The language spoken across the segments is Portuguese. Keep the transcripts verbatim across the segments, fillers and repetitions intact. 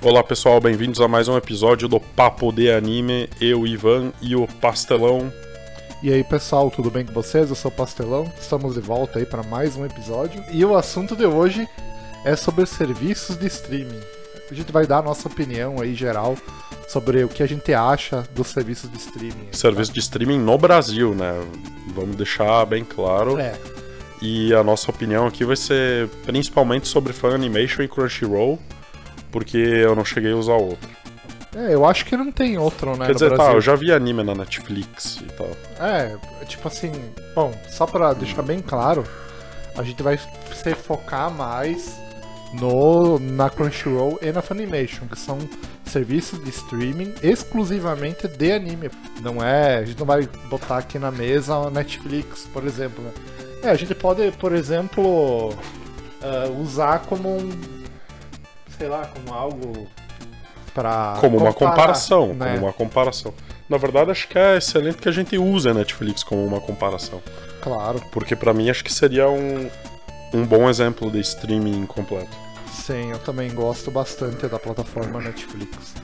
Olá pessoal, bem-vindos a mais um episódio do Papo de Anime. Eu, Ivan e o Pastelão. E aí pessoal, tudo bem com vocês? Eu sou o Pastelão, estamos de volta aí para mais um episódio. E o assunto de hoje é sobre serviços de streaming. A gente vai dar a nossa opinião aí geral sobre o que a gente acha dos serviços de streaming. Serviço tá? de streaming no Brasil, né? Vamos deixar bem claro. É. E a nossa opinião aqui vai ser principalmente sobre Funimation e Crunchyroll, porque eu não cheguei a usar outro. É, eu acho que não tem outro, né? Quer no dizer, Brasil. tá, eu já vi anime na Netflix e tal. É, tipo assim, bom, só pra deixar bem claro, a gente vai se focar mais no, na Crunchyroll e na Funimation, que são serviços de streaming exclusivamente de anime. Não é, a gente não vai botar aqui na mesa a Netflix, por exemplo, né? É, a gente pode, por exemplo, uh, usar como um, sei lá, como algo pra Como uma comparar, comparação, né? como uma comparação. Na verdade, acho que é excelente que a gente use a Netflix como uma comparação. Claro. Porque pra mim acho que seria um, um bom exemplo de streaming completo. Sim, eu também gosto bastante da plataforma Netflix.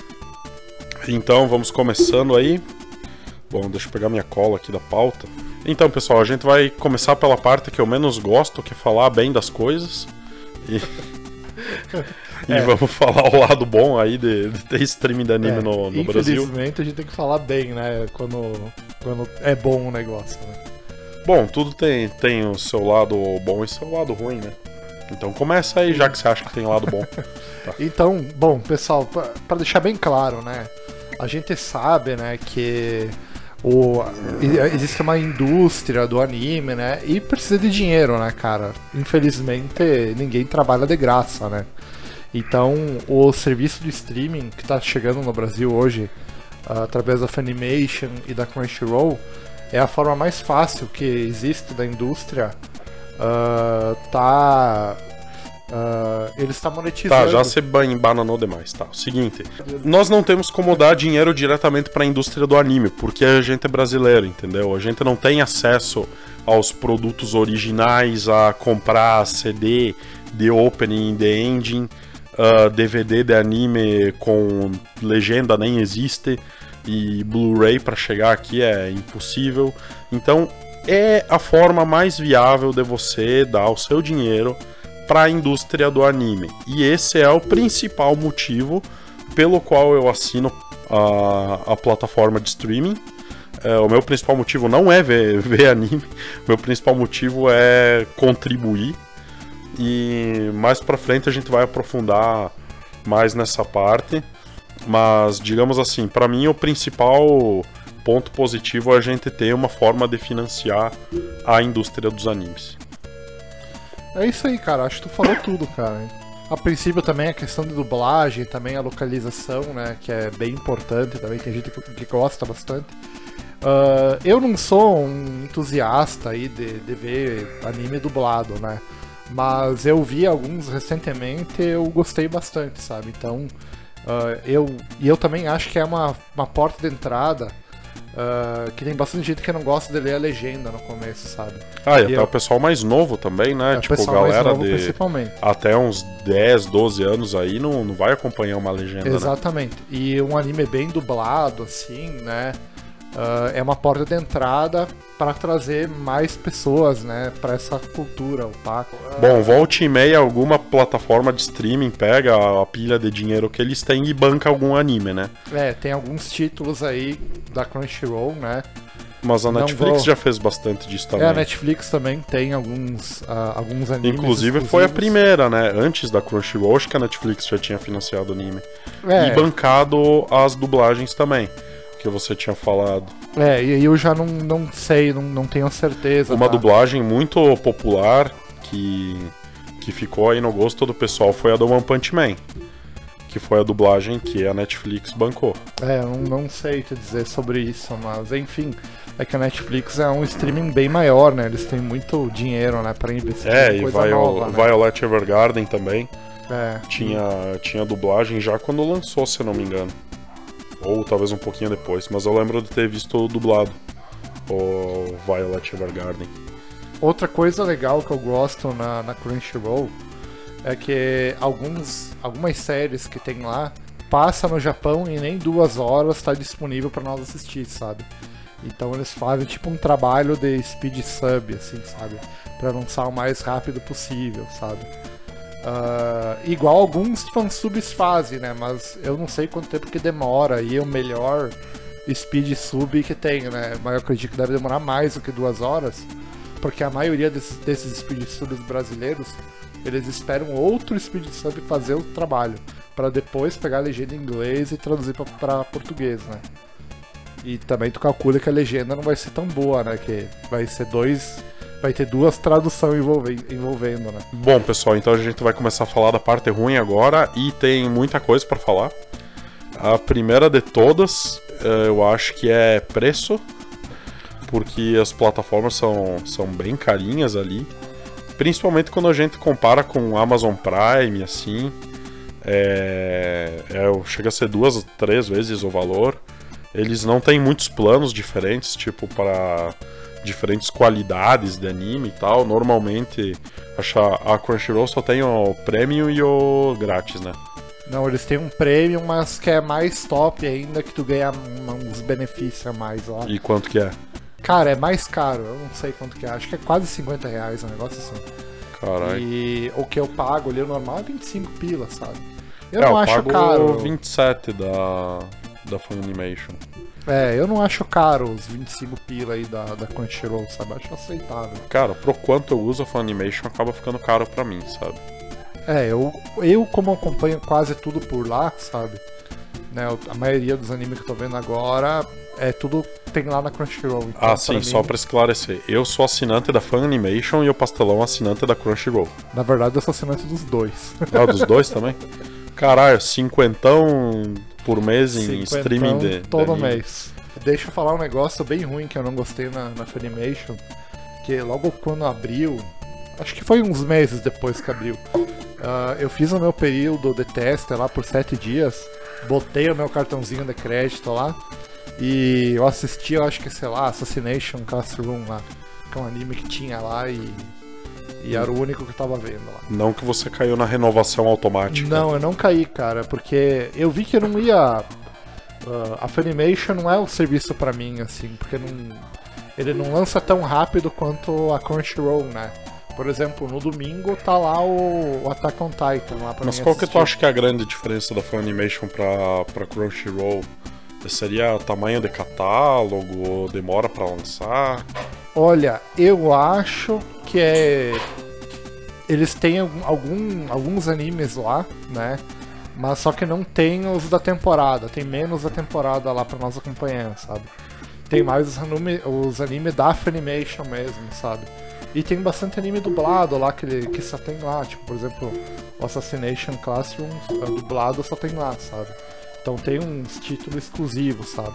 Então, vamos começando aí. Bom, deixa eu pegar minha cola aqui da pauta. Então, pessoal, a gente vai começar pela parte que eu menos gosto, que é falar bem das coisas. E, e É. vamos falar o lado bom aí de, de ter streaming de anime É, no, no Brasil. Infelizmente a gente tem que falar bem, né? Quando, quando é bom o negócio, né? Bom, tudo tem, tem o seu lado bom e seu lado ruim, né? Então começa aí, já que você acha que tem lado bom. Tá. Então, bom, pessoal, pra, pra deixar bem claro, né? A gente sabe, né, que o, existe uma indústria do anime, né? E precisa de dinheiro, né, cara? Infelizmente, ninguém trabalha de graça, né? Então, o serviço de streaming que tá chegando no Brasil hoje, uh, através da Funimation e da Crunchyroll, é a forma mais fácil que existe da indústria. Uh, tá. Uh, ele está monetizando. Tá, já se embananou demais, tá. O seguinte, nós não temos como dar dinheiro diretamente pra indústria do anime, porque a gente é brasileiro, entendeu? A gente não tem acesso aos produtos originais, a comprar C D de opening, de ending, uh, D V D de anime com legenda nem existe, e Blu-ray pra chegar aqui é impossível. Então, é a forma mais viável de você dar o seu dinheiro para a indústria do anime. E esse é o principal motivo pelo qual eu assino a, a plataforma de streaming. É, o meu principal motivo não é ver, ver anime, o meu principal motivo é contribuir. E mais pra frente a gente vai aprofundar mais nessa parte. Mas, digamos assim, para mim o principal ponto positivo é a gente ter uma forma de financiar a indústria dos animes. É isso aí, cara. Acho que tu falou tudo, cara. A princípio também a questão de dublagem, também a localização, né? Que é bem importante também, tem gente que gosta bastante. Uh, eu não sou um entusiasta aí de, de ver anime dublado, né? Mas eu vi alguns recentemente e eu gostei bastante, sabe? Então, uh, eu, e eu também acho que é uma, uma porta de entrada. Uh, que tem bastante gente que não gosta de ler a legenda no começo, sabe? Ah, e, e até eu... o pessoal mais novo também, né? É, tipo, o pessoal galera mais novo, de principalmente. até uns dez, doze anos aí não, não vai acompanhar uma legenda, Exatamente. né? E um anime bem dublado, assim, né? Uh, é uma porta de entrada para trazer mais pessoas, né? Para essa cultura opaca. Bom, volte e meia alguma plataforma de streaming pega a pilha de dinheiro que eles têm e banca algum anime, né? É, tem alguns títulos aí da Crunchyroll, né? Mas a Não Netflix vou... já fez bastante disso também. É, a Netflix também tem alguns, uh, alguns animes. Inclusive foi a primeira, né? Antes da Crunchyroll, acho que a Netflix já tinha financiado anime. É. E bancado as dublagens também, que você tinha falado. É, e eu já não, não sei, não, não tenho certeza. Uma tá? dublagem muito popular que, que ficou aí no gosto do pessoal foi a do One Punch Man, que foi a dublagem que a Netflix bancou. É, eu não, não sei te dizer sobre isso, mas enfim, é que a Netflix é um streaming bem maior, né? Eles têm muito dinheiro, né, pra investir É, em e coisa Viol nova, né? Violet Evergarden também É. tinha, tinha dublagem já quando lançou, se eu não me engano. Ou talvez um pouquinho depois, mas eu lembro de ter visto dublado o Violet Evergarden. Outra coisa legal que eu gosto na, na Crunchyroll é que alguns, algumas séries que tem lá passa no Japão e nem duas horas está disponível para nós assistir, sabe? Então eles fazem tipo um trabalho de speed sub, assim, sabe? Para lançar o mais rápido possível, sabe? Uh, igual alguns fansubs fazem, né? Mas eu não sei quanto tempo que demora e é o melhor speed sub que tem, né? Mas eu acredito que deve demorar mais do que duas horas, porque a maioria desses, desses speed subs brasileiros, eles esperam outro speed sub fazer o trabalho, para depois pegar a legenda em inglês e traduzir para português, né? E também tu calcula que a legenda não vai ser tão boa, né? Que vai ser dois... Vai ter duas traduções envolve, envolvendo, né? Bom, pessoal, então a gente vai começar a falar da parte ruim agora e tem muita coisa para falar. A primeira de todas, eu acho que é preço, porque as plataformas são, são bem carinhas ali, principalmente quando a gente compara com o Amazon Prime, assim, é, é, chega a ser duas, três vezes o valor. Eles não têm muitos planos diferentes, tipo, para diferentes qualidades de anime e tal. Normalmente, acho a Crunchyroll só tem o Premium e o grátis, né? Não, eles têm um Premium, mas que é mais top ainda, que tu ganha uns benefícios a mais lá. E quanto que é? Cara, é mais caro, eu não sei quanto que é, acho que é quase cinquenta reais, um negócio assim. Caralho. E o que eu pago ali, o normal é vinte e cinco pilas, sabe? Eu é, não eu acho pago caro. vinte e sete da, da Funimation. É, eu não acho caro os vinte e cinco pila aí da, da Crunchyroll, sabe? Acho aceitável. Cara, pro quanto eu uso a Funimation, acaba ficando caro pra mim, sabe? É, eu, eu como acompanho quase tudo por lá, sabe? Né, a maioria dos animes que eu tô vendo agora é tudo tem lá na Crunchyroll. Então, ah, sim, pra só mim, pra esclarecer. Eu sou assinante da Funimation e o Pastelão assinante da Crunchyroll. Na verdade, eu sou assinante dos dois. Ah, dos dois também? Caralho, cinquentão por mês em streaming de... todo de mês. Deixa eu falar um negócio bem ruim que eu não gostei na, na Funimation, que logo quando abriu, acho que foi uns meses depois que abriu, uh, eu fiz o meu período de teste lá por sete dias, botei o meu cartãozinho de crédito lá, e eu assisti, eu acho que, sei lá, Assassination Classroom lá, que é um anime que tinha lá e... E era o único que eu tava vendo lá. Não que você caiu na renovação automática. Não, eu não caí, cara, porque eu vi que eu não ia... Uh, a Funimation não é o serviço pra mim, assim, porque não, ele não lança tão rápido quanto a Crunchyroll, né? Por exemplo, no domingo tá lá o, o Attack on Titan lá pra Mas mim qual assistir. que tu acha que é a grande diferença da Funimation pra, pra Crunchyroll? Seria tamanho de catálogo, demora pra lançar? Olha, eu acho que é... Eles têm algum, alguns animes lá, né? Mas só que não tem os da temporada, tem menos da temporada lá pra nós acompanhar, sabe? Tem mais os anime, os anime da Funimation mesmo, sabe? E tem bastante anime dublado lá que, ele, que só tem lá, tipo, por exemplo, o Assassination Classroom dublado só tem lá, sabe? Então tem uns títulos exclusivos, sabe?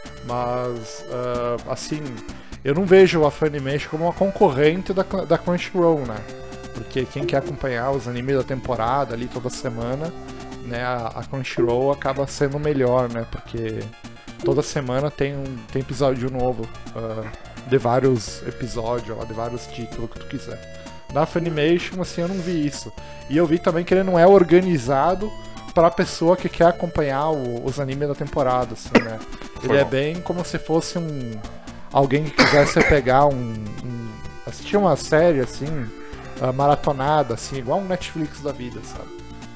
Mas, uh, assim, eu não vejo a Funimation como uma concorrente da, da Crunchyroll, né? Porque quem quer acompanhar os animes da temporada ali toda semana, né, a, a Crunchyroll acaba sendo melhor, né? Porque toda semana tem um tem episódio novo, uh, de vários episódios, de vários títulos que tu quiser. Na Funimation, assim, eu não vi isso. E eu vi também que ele não é organizado pra pessoa que quer acompanhar o, os animes da temporada, assim, né? Ele é bem como se fosse um... alguém que quisesse pegar um... um assistir uma série, assim, uh, maratonada, assim, igual um Netflix da vida, sabe?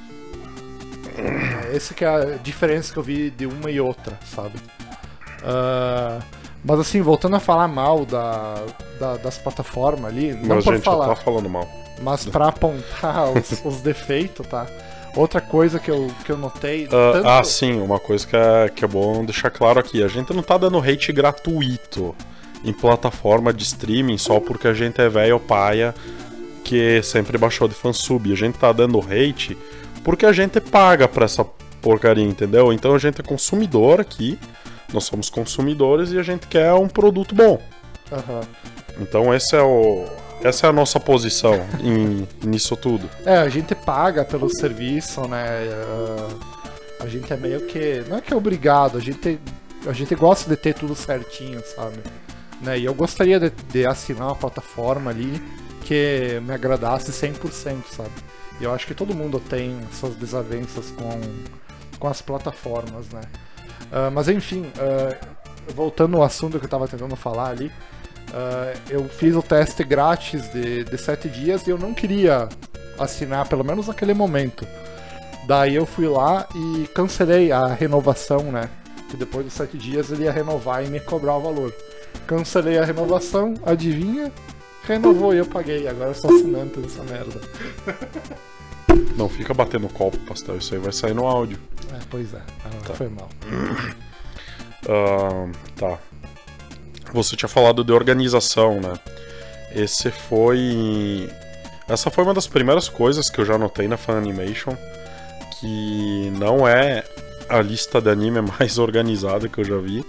Essa que é a diferença que eu vi de uma e outra, sabe? Uh, mas assim, voltando a falar mal da, da, das plataformas ali, não mas por a gente falar, já tá falando mal. mas pra apontar os, os defeitos, tá? Outra coisa que eu, que eu notei... Uh, tanto... Ah, sim, uma coisa que é, que é bom deixar claro aqui. A gente não tá dando hate gratuito em plataforma de streaming só porque a gente é velho paia que sempre baixou de fansub. A gente tá dando hate porque a gente paga pra essa porcaria, entendeu? Então a gente é consumidor aqui, nós somos consumidores e a gente quer um produto bom. Uhum. Então esse é o... essa é a nossa posição em, nisso tudo. É, a gente paga pelo serviço, né? Uh, a gente é meio que... não é que é obrigado, a gente, a gente gosta de ter tudo certinho, sabe? Né? E eu gostaria de, de assinar uma plataforma ali que me agradasse cem por cento, sabe? E eu acho que todo mundo tem suas desavenças com, com as plataformas, né? Uh, mas enfim, uh, voltando ao assunto que eu estava tentando falar ali, uh, eu fiz o teste grátis de, de sete dias e eu não queria assinar, pelo menos naquele momento. Daí eu fui lá e cancelei a renovação, né? Que depois dos sete dias ele ia renovar e me cobrar o valor. Cancelei a renovação, adivinha? Renovou e eu paguei, agora eu sou assinante dessa merda. Não fica batendo copo, pastel, isso aí vai sair no áudio. É, pois é, ah, tá. Foi mal. Uh, tá. Você tinha falado de organização, né? Esse foi... Essa foi uma das primeiras coisas que eu já notei na Funimation, que não é a lista de anime mais organizada que eu já vi.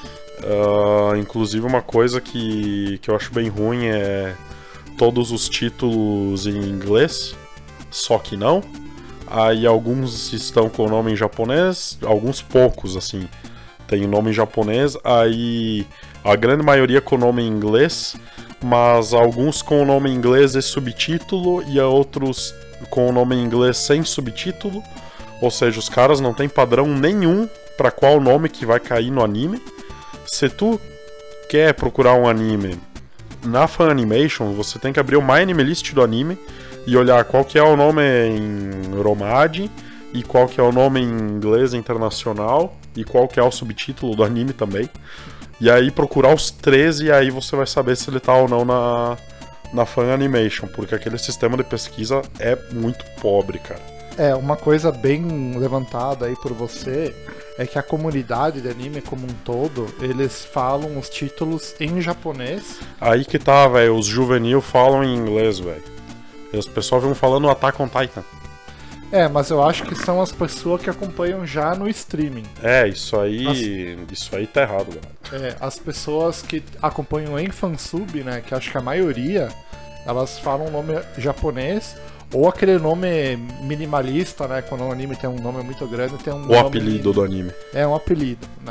Uh, inclusive uma coisa que, que eu acho bem ruim é todos os títulos em inglês, só que não. Aí alguns estão com o nome em japonês, alguns poucos, assim, tem o nome em japonês, aí a grande maioria com o nome em inglês, mas alguns com o nome em inglês e subtítulo, e outros com o nome em inglês sem subtítulo, ou seja, os caras não tem padrão nenhum para qual nome que vai cair no anime. Se tu quer procurar um anime na Funimation, você tem que abrir o My Anime List do anime e olhar qual que é o nome em Romaji e qual que é o nome em inglês internacional e qual que é o subtítulo do anime também. E aí procurar os treze e aí você vai saber se ele tá ou não na, na Funimation, porque aquele sistema de pesquisa é muito pobre, cara. É, uma coisa bem levantada aí por você é que a comunidade de anime como um todo, eles falam os títulos em japonês. Aí que tá, velho, os juvenil falam em inglês, velho. E os pessoal vão falando Attack on Titan. É, mas eu acho que são as pessoas que acompanham já no streaming. É, isso aí, as... isso aí tá errado, velho. É, as pessoas que acompanham em fansub, né, que acho que a maioria, elas falam o nome japonês, ou aquele nome minimalista, né, quando o anime tem um nome muito grande, tem um o nome... apelido do anime. É, um apelido, né.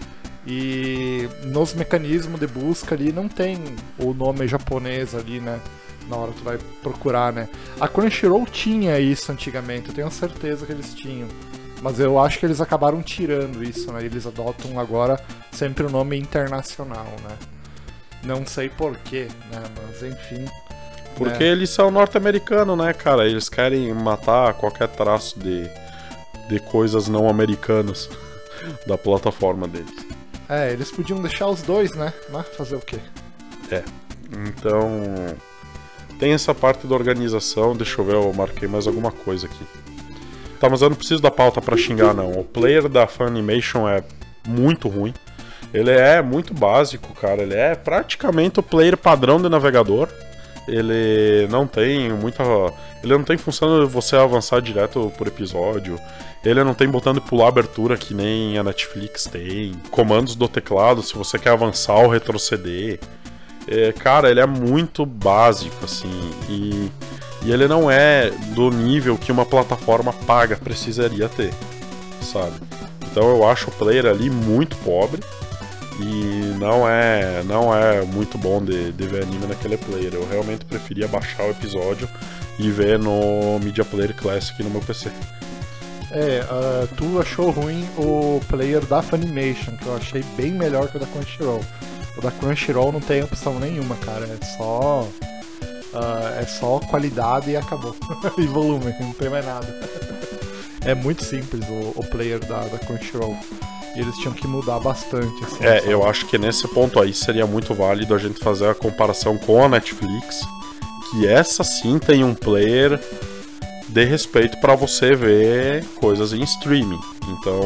E nos mecanismos de busca ali não tem o nome japonês ali, né, na hora que tu vai procurar, né. A Crunchyroll tinha isso antigamente, eu tenho certeza que eles tinham. Mas eu acho que eles acabaram tirando isso, né, eles adotam agora sempre o nome internacional, né. Não sei porquê, né, mas enfim... Porque é. eles são norte-americanos, né, cara? Eles querem matar qualquer traço de, de coisas não americanas da plataforma deles. É, eles podiam deixar os dois, né? Mas fazer o quê? É, então... Tem essa parte da organização, deixa eu ver, eu marquei mais alguma coisa aqui. Tá, mas eu não preciso da pauta pra xingar, não. O player da Funimation é muito ruim. Ele é muito básico, cara. Ele é praticamente o player padrão de navegador. Ele não tem muita... Ele não tem função de você avançar direto por episódio. Ele não tem botão de pular abertura que nem a Netflix tem. Comandos do teclado se você quer avançar ou retroceder. É, cara, ele é muito básico, assim. E, e ele não é do nível que uma plataforma paga precisaria ter, sabe? Então eu acho o player ali muito pobre. E não é, não é muito bom de, de ver anime naquele player. Eu realmente preferia baixar o episódio e ver no Media Player Classic no meu P C. É, uh, tu achou ruim o player da Funimation, que eu achei bem melhor que o da Crunchyroll. O da Crunchyroll não tem opção nenhuma, cara. É só, uh, é só qualidade e acabou. E volume, não tem mais nada. É muito simples o, o player da, da Crunchyroll. E eles tinham que mudar bastante. Assim, é, sabe? Eu acho que nesse ponto aí seria muito válido a gente fazer a comparação com a Netflix, que essa sim tem um player de respeito para você ver coisas em streaming. Então,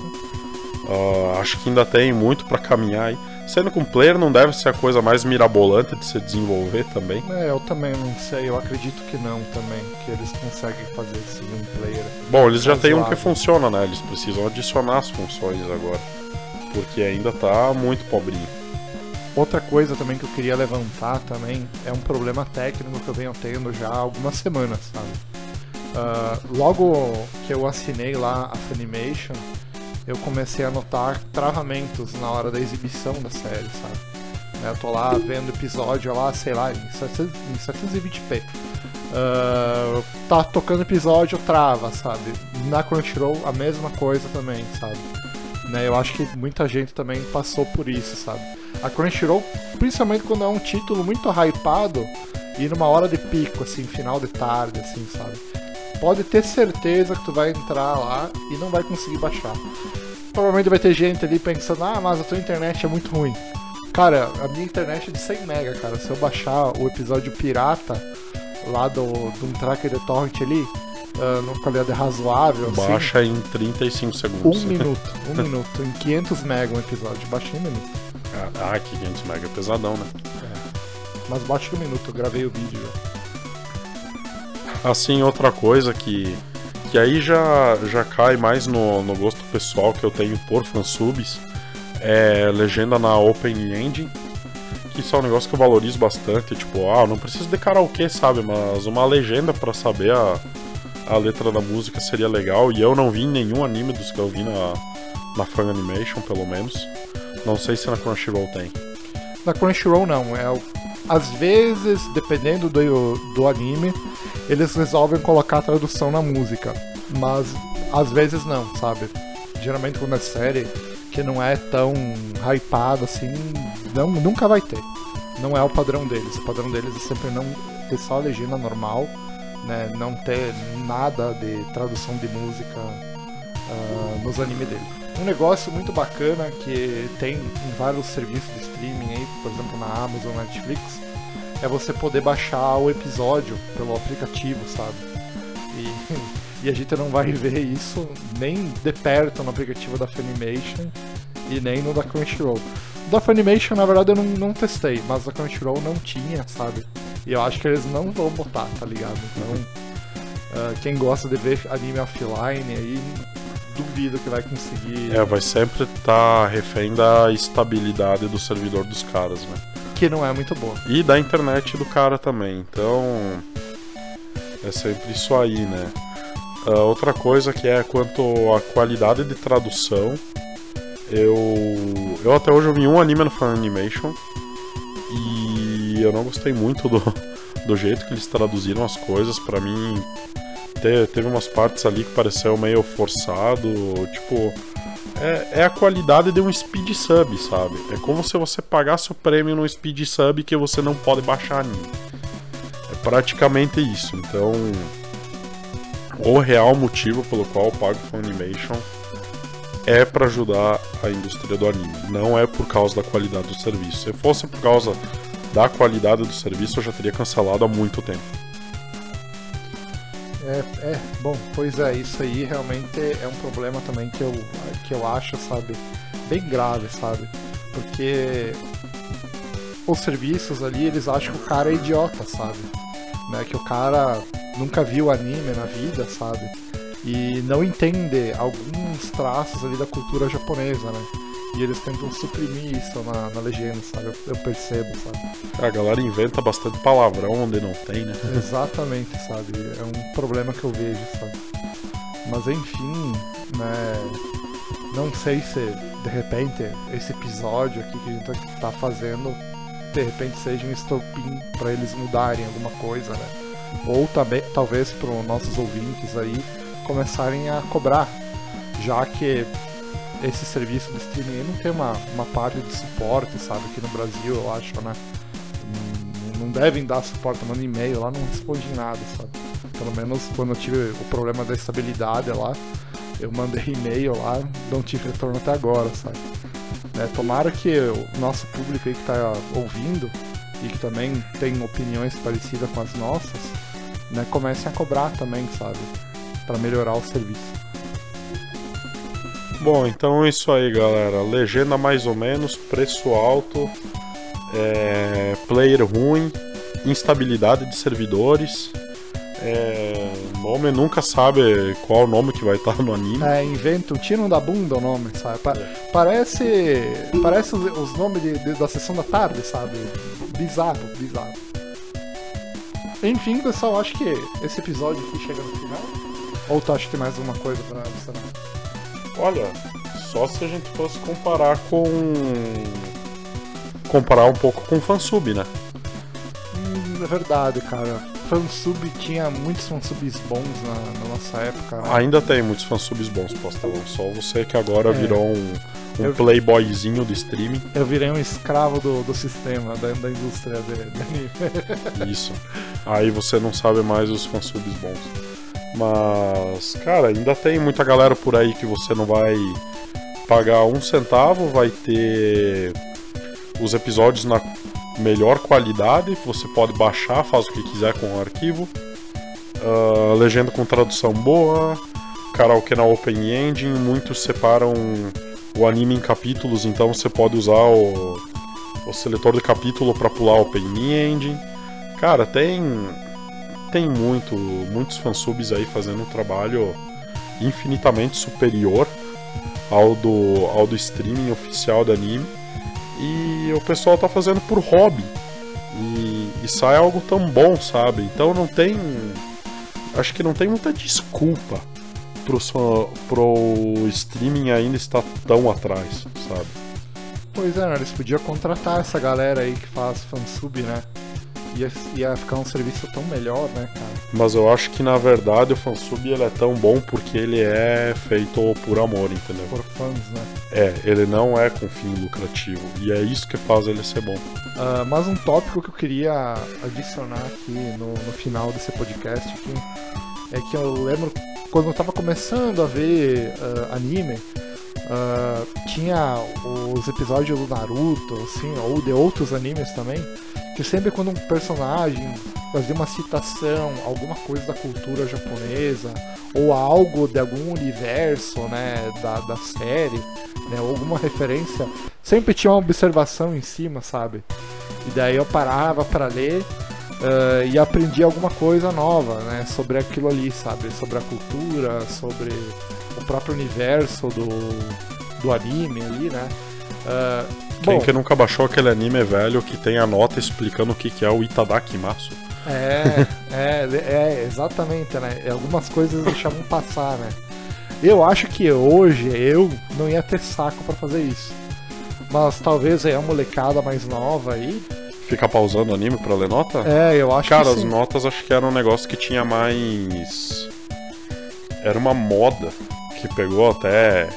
uh, acho que ainda tem muito para caminhar aí. Sendo que um player não deve ser a coisa mais mirabolante de se desenvolver também. É, eu também não sei, eu acredito que não também, que eles conseguem fazer sim um player. Bom, eles já têm um razoável. que funciona, né? Eles precisam adicionar as funções agora, porque ainda tá muito pobrinho. Outra coisa também que eu queria levantar também é um problema técnico que eu venho tendo já há algumas semanas, sabe? Uh, logo que eu assinei lá a Funimation, eu comecei a notar travamentos na hora da exibição da série, sabe? Eu tô lá vendo episódio lá, sei lá, em setecentos e vinte p. Uh, tá tocando episódio, trava, sabe? Na Crunchyroll, a mesma coisa também, sabe? Né? Eu acho que muita gente também passou por isso, sabe? A Crunchyroll, principalmente quando é um título muito hypado e numa hora de pico, assim, final de tarde, assim, sabe? Pode ter certeza que tu vai entrar lá e não vai conseguir baixar. Provavelmente vai ter gente ali pensando, ah, mas a tua internet é muito ruim. Cara, a minha internet é de cem mega, cara. Se eu baixar o episódio pirata lá do, de um tracker de torrent ali, uh, numa qualidade razoável, baixa assim, em trinta e cinco segundos. Um minuto, um minuto. Em quinhentos mega um episódio. Baixa em um minuto. Ah, ah, quinhentos mega é pesadão, né? É. Mas baixa em um minuto, eu gravei o vídeo já. Assim, outra coisa que, que aí já, já cai mais no, no gosto pessoal que eu tenho por fansubs, é legenda na Open Engine, que isso é um negócio que eu valorizo bastante, tipo, ah, não preciso de karaokê, sabe, mas uma legenda pra saber a, a letra da música seria legal, e eu não vi nenhum anime dos que eu vi na, na Fan Animation, pelo menos. Não sei se na Crunchyroll tem. Na Crunchyroll não, é o... às vezes, dependendo do, do anime, eles resolvem colocar a tradução na música, mas às vezes não, sabe? Geralmente quando é série que não é tão hypado assim, não, nunca vai ter. Não é o padrão deles. O padrão deles é sempre não ter só a legenda normal, né? Não ter nada de tradução de música uh, nos animes dele. Um negócio muito bacana que tem em vários serviços de streaming aí, por exemplo na Amazon, Netflix, é você poder baixar o episódio pelo aplicativo, sabe? E E a gente não vai ver isso nem de perto no aplicativo da Funimation e nem no da Crunchyroll. Da Funimation, na verdade, eu não, não testei, mas da Crunchyroll não tinha, sabe? E eu acho que eles não vão botar, tá ligado? Então, uh, quem gosta de ver anime offline aí, duvido que vai conseguir... É, vai sempre estar refém da estabilidade do servidor dos caras, né? Que não é muito boa. E da internet do cara também, então... É sempre isso aí, né? Uh, outra coisa que é quanto à qualidade de tradução, eu, eu até hoje eu vi um anime no Funimation e eu não gostei muito do, do jeito que eles traduziram as coisas. Pra mim, te, teve umas partes ali que pareceu meio forçado, tipo, é, é a qualidade de um speed sub, sabe? É como se você pagasse o prêmio num speed sub que você não pode baixar anime. É praticamente isso, então... O real motivo pelo qual eu pago Funimation é para ajudar a indústria do anime, não é por causa da qualidade do serviço. Se fosse por causa da qualidade do serviço, eu já teria cancelado há muito tempo. É, é bom, pois é, isso aí realmente é um problema também que eu, que eu acho, sabe, bem grave, sabe? Porque os serviços ali, eles acham que o cara é idiota, sabe? Né? Que o cara nunca viu anime na vida, sabe? E não entende alguns traços ali da cultura japonesa, né? E eles tentam suprimir isso na, na legenda, sabe? Eu, eu percebo, sabe? A galera inventa bastante palavrão onde não tem, né? Exatamente, sabe? É um problema que eu vejo, sabe? Mas enfim, né? Não sei se, de repente, esse episódio aqui que a gente tá fazendo, de repente seja um estopim pra eles mudarem alguma coisa, né? Ou também, talvez para os nossos ouvintes aí começarem a cobrar, já que esse serviço de streaming não tem uma, uma parte de suporte, sabe, aqui no Brasil, eu acho, né? Não, não devem dar suporte, manda e-mail lá, não responde nada, sabe? Pelo menos quando eu tive o problema da estabilidade lá, eu mandei e-mail lá, não tive retorno até agora, sabe? É, tomara que o nosso público aí que tá ouvindo e que também tem opiniões parecidas com as nossas, né, comecem a cobrar também, sabe? Pra melhorar o serviço. Bom, então é isso aí, galera. Legenda mais ou menos, preço alto, é, player ruim, instabilidade de servidores. É, nome nunca sabe qual o nome que vai estar no anime. É, inventa, tiram da bunda o nome, sabe? Pa- é. Parece. Parece os, os nomes de, de, da sessão da tarde, sabe? Bizarro, bizarro. Enfim, pessoal, acho que esse episódio aqui chega no final. Ou tu acha que tem mais alguma coisa pra adicionar? Olha, só se a gente fosse comparar com. Comparar um pouco com o fansub, né? Hum, é verdade, cara. fansub tinha muitos fansubs bons na, na nossa época, né? Ainda tem muitos fansubs bons, Pastelão. Só você que agora é. virou um, um Eu... playboyzinho do streaming. Eu virei um escravo do, do sistema, da, da indústria de, de anime. Isso. Aí você não sabe mais os fansubs bons. Mas, cara, ainda tem muita galera por aí que você não vai pagar um centavo, vai ter os episódios na melhor qualidade, você pode baixar, faz o que quiser com o arquivo, uh, legenda com tradução boa, karaokê na Open Engine, muitos separam o anime em capítulos, então você pode usar o, o seletor de capítulo para pular a Open Engine. Cara, tem tem muito, muitos fansubs aí fazendo um trabalho infinitamente superior ao do, ao do streaming oficial do anime. E o pessoal tá fazendo por hobby. E, e sai algo tão bom, sabe? Então não tem... Acho que não tem muita desculpa pro, pro streaming ainda estar tão atrás, sabe? Pois é, né? Eles podiam contratar essa galera aí que faz fansub, né? Ia, ia ficar um serviço tão melhor, né, cara? Mas eu acho que, na verdade, o fansub ele é tão bom porque ele é feito por amor, entendeu? Por fãs, né? É, ele não é com fim lucrativo. E é isso que faz ele ser bom. Uh, mas um tópico que eu queria adicionar aqui no, no final desse podcast aqui, é que eu lembro quando eu tava começando a ver uh, anime, uh, tinha os episódios do Naruto, assim, ou de outros animes também, que sempre quando um personagem fazia uma citação, alguma coisa da cultura japonesa, ou algo de algum universo, né, da, da série, né, ou alguma referência, sempre tinha uma observação em cima, sabe? E daí eu parava para ler uh, e aprendia alguma coisa nova, né, sobre aquilo ali, sabe? Sobre a cultura, sobre o próprio universo do, do anime ali, né? Uh, Quem bom, que nunca baixou aquele anime velho que tem a nota explicando o que, que é o Itadakimasu? É, é, é, exatamente, né? Algumas coisas deixavam passar, né? Eu acho que hoje eu não ia ter saco pra fazer isso. Mas talvez aí a molecada mais nova aí... Fica pausando o anime pra ler nota? É, eu acho Cara, que as sim. notas acho que era um negócio que tinha mais... Era uma moda que pegou até...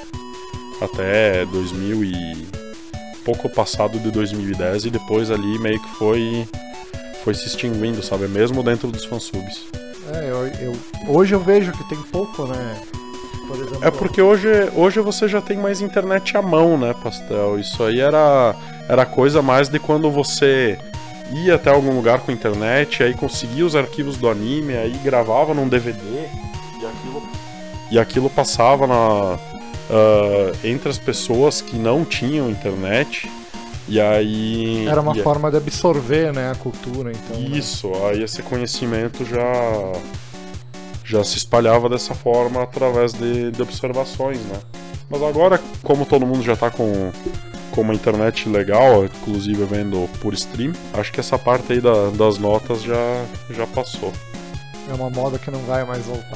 Até dois mil e... pouco passado de dois mil e dez e depois ali meio que foi... Foi se extinguindo, sabe? Mesmo dentro dos fansubs. É, eu, eu, hoje eu vejo que tem pouco, né? Por exemplo, É porque hoje, hoje você já tem mais internet à mão, né, Pastel? Isso aí era, era coisa mais de quando você ia até algum lugar com internet, aí conseguia os arquivos do anime, aí gravava num D V D e aquilo, e aquilo passava na, uh, entre as pessoas que não tinham internet. E aí... Era uma e, forma de absorver, né, a cultura, então... Isso, né? Aí esse conhecimento já... já se espalhava dessa forma através de, de observações, né? Mas agora, como todo mundo já tá com, com uma internet legal, inclusive vendo por stream, acho que essa parte aí da, das notas já, já passou. É uma moda que não vai mais voltar.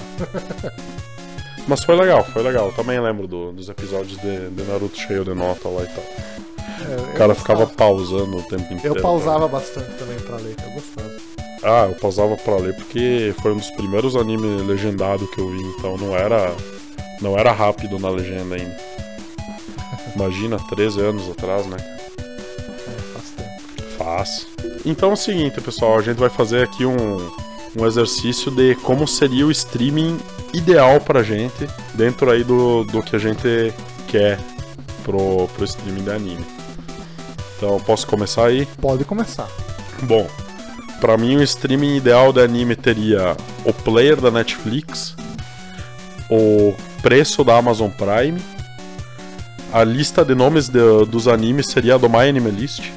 Mas foi legal, foi legal. Também lembro do, dos episódios de, de Naruto cheio de nota lá e tal. É, o cara ficava pausando o tempo inteiro. Eu pausava pra... bastante também pra ler, eu gostava. Ah, eu pausava pra ler porque foi um dos primeiros animes legendados que eu vi, então não era, não era rápido na legenda ainda. Imagina, treze anos atrás, né? É, faz tempo. Faz. Então é o seguinte, pessoal, a gente vai fazer aqui um, um exercício de como seria o streaming ideal pra gente, dentro aí do, do que a gente quer pro, pro streaming de anime. Então, posso começar aí? Pode começar. Bom, pra mim o streaming ideal de anime teria o player da Netflix, o preço da Amazon Prime, a lista de nomes de, dos animes seria a do MyAnimeList,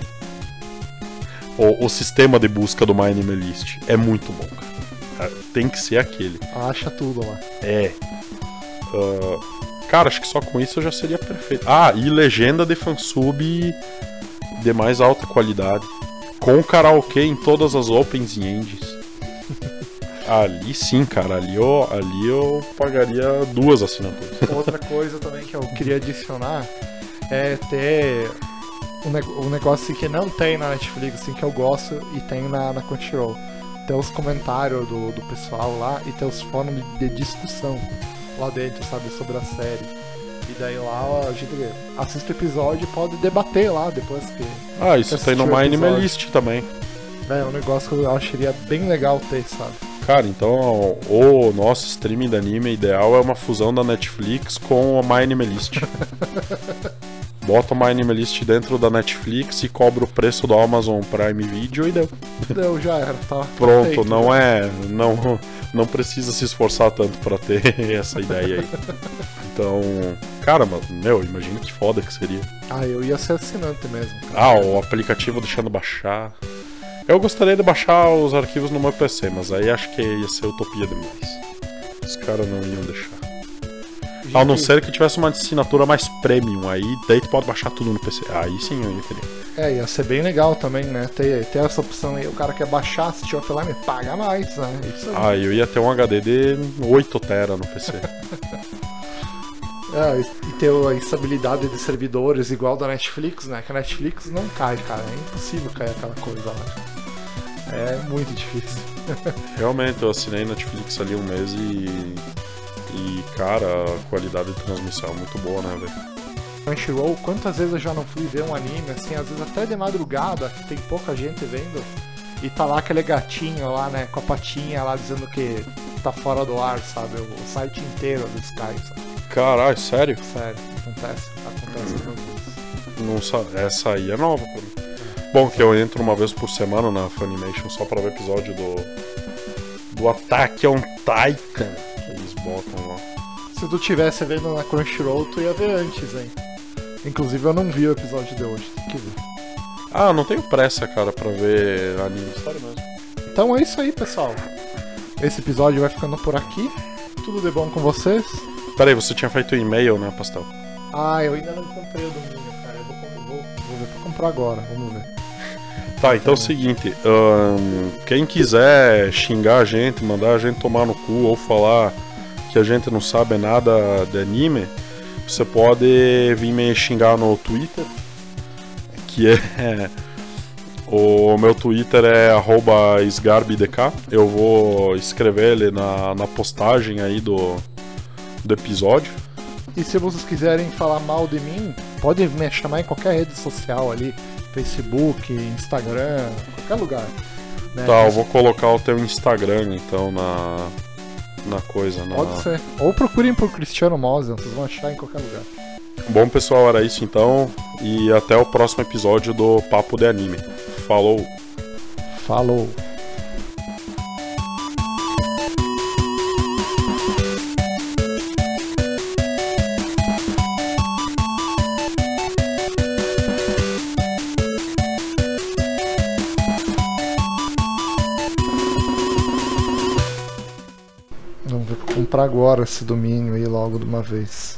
o, o sistema de busca do MyAnimeList é muito bom, cara. Tem que ser aquele. Acha tudo lá. É. Uh, cara, acho que só com isso já seria perfeito. Ah, e legenda de fansub de mais alta qualidade, com karaokê em todas as opens e endings. Ali sim, cara, ali eu, ali eu pagaria duas assinaturas. Outra coisa também que eu queria adicionar é ter um, ne- um negócio assim, que não tem na Netflix, assim, que eu gosto e tem na, na Crunchyroll, ter os comentários do, do pessoal lá e ter os fóruns de discussão lá dentro, sabe, sobre a série. E daí lá a gente assiste o episódio e pode debater lá depois que... Ah, isso que tem no assistiu o My Anime episódio. List também. É um negócio que eu acharia bem legal ter, sabe? Cara, então o nosso streaming de anime ideal é uma fusão da Netflix com o My Anime List. Bota o My Anime List dentro da Netflix e cobra o preço do Amazon Prime Video e deu. Deu, já era, tá. Pronto, feito, não já. é. Não, não precisa se esforçar tanto pra ter essa ideia aí. Então, cara, meu, imagina que foda que seria. Ah, eu ia ser assinante mesmo. Cara. Ah, o aplicativo deixando baixar. Eu gostaria de baixar os arquivos no meu P C, mas aí acho que ia ser utopia demais. Os caras não iam deixar. Gente, A não ser que tivesse uma assinatura mais premium, aí daí tu pode baixar tudo no P C. Aí sim eu ia querer. É, ia ser bem legal também, né? Ter, ter essa opção aí, o cara quer baixar, assistir offline, paga mais, né? Isso aí. Ah, eu ia ter um H D de oito tera no P C. É, e ter a instabilidade de servidores igual da Netflix, né? Que a Netflix não cai, cara. É impossível cair aquela coisa lá. É muito difícil. Realmente, eu assinei Netflix ali um mês e... E, cara, a qualidade de transmissão é muito boa, né, velho? Crunchyroll, quantas vezes eu já não fui ver um anime, assim, às vezes até de madrugada, que tem pouca gente vendo, e tá lá aquele gatinho lá, né, com a patinha lá dizendo que tá fora do ar, sabe? O site inteiro do Sky, sabe? Caralho, sério? Sério, acontece, acontece às vezes. Não sa... Essa aí é nova pra mim. Bom, que eu entro uma vez por semana na Funimation só pra ver episódio do... Do Attack on Titan. Que eles botam lá. Se tu tivesse vendo na Crunchyroll, tu ia ver antes, hein? Inclusive eu não vi o episódio de hoje, tem que ver. Ah, não tenho pressa, cara, pra ver anime, sério mesmo. Então é isso aí, pessoal. Esse episódio vai ficando por aqui. Tudo de bom com vocês? Peraí, você tinha feito um e-mail, né, Pastel? Ah, eu ainda não comprei o domínio, cara. Eu vou, vou, vou ver pra comprar agora, vamos ver. Tá, então é o seguinte, hum, quem quiser xingar a gente, mandar a gente tomar no cu ou falar que a gente não sabe nada de anime, você pode vir me xingar no Twitter, que é... O meu Twitter é arroba sgarbidk. Eu vou escrever ele na, na postagem aí do, do episódio. E se vocês quiserem falar mal de mim, podem me chamar em qualquer rede social ali, Facebook, Instagram, qualquer lugar. Né? Tá, eu vou colocar o teu Instagram então na, na coisa. Na... Pode ser. Ou procurem por Cristiano Mosen, vocês vão achar em qualquer lugar. Bom, pessoal, era isso então. E até o próximo episódio do Papo de Anime. Falou! Falou! Vamos ver pra comprar agora esse domínio aí logo de uma vez.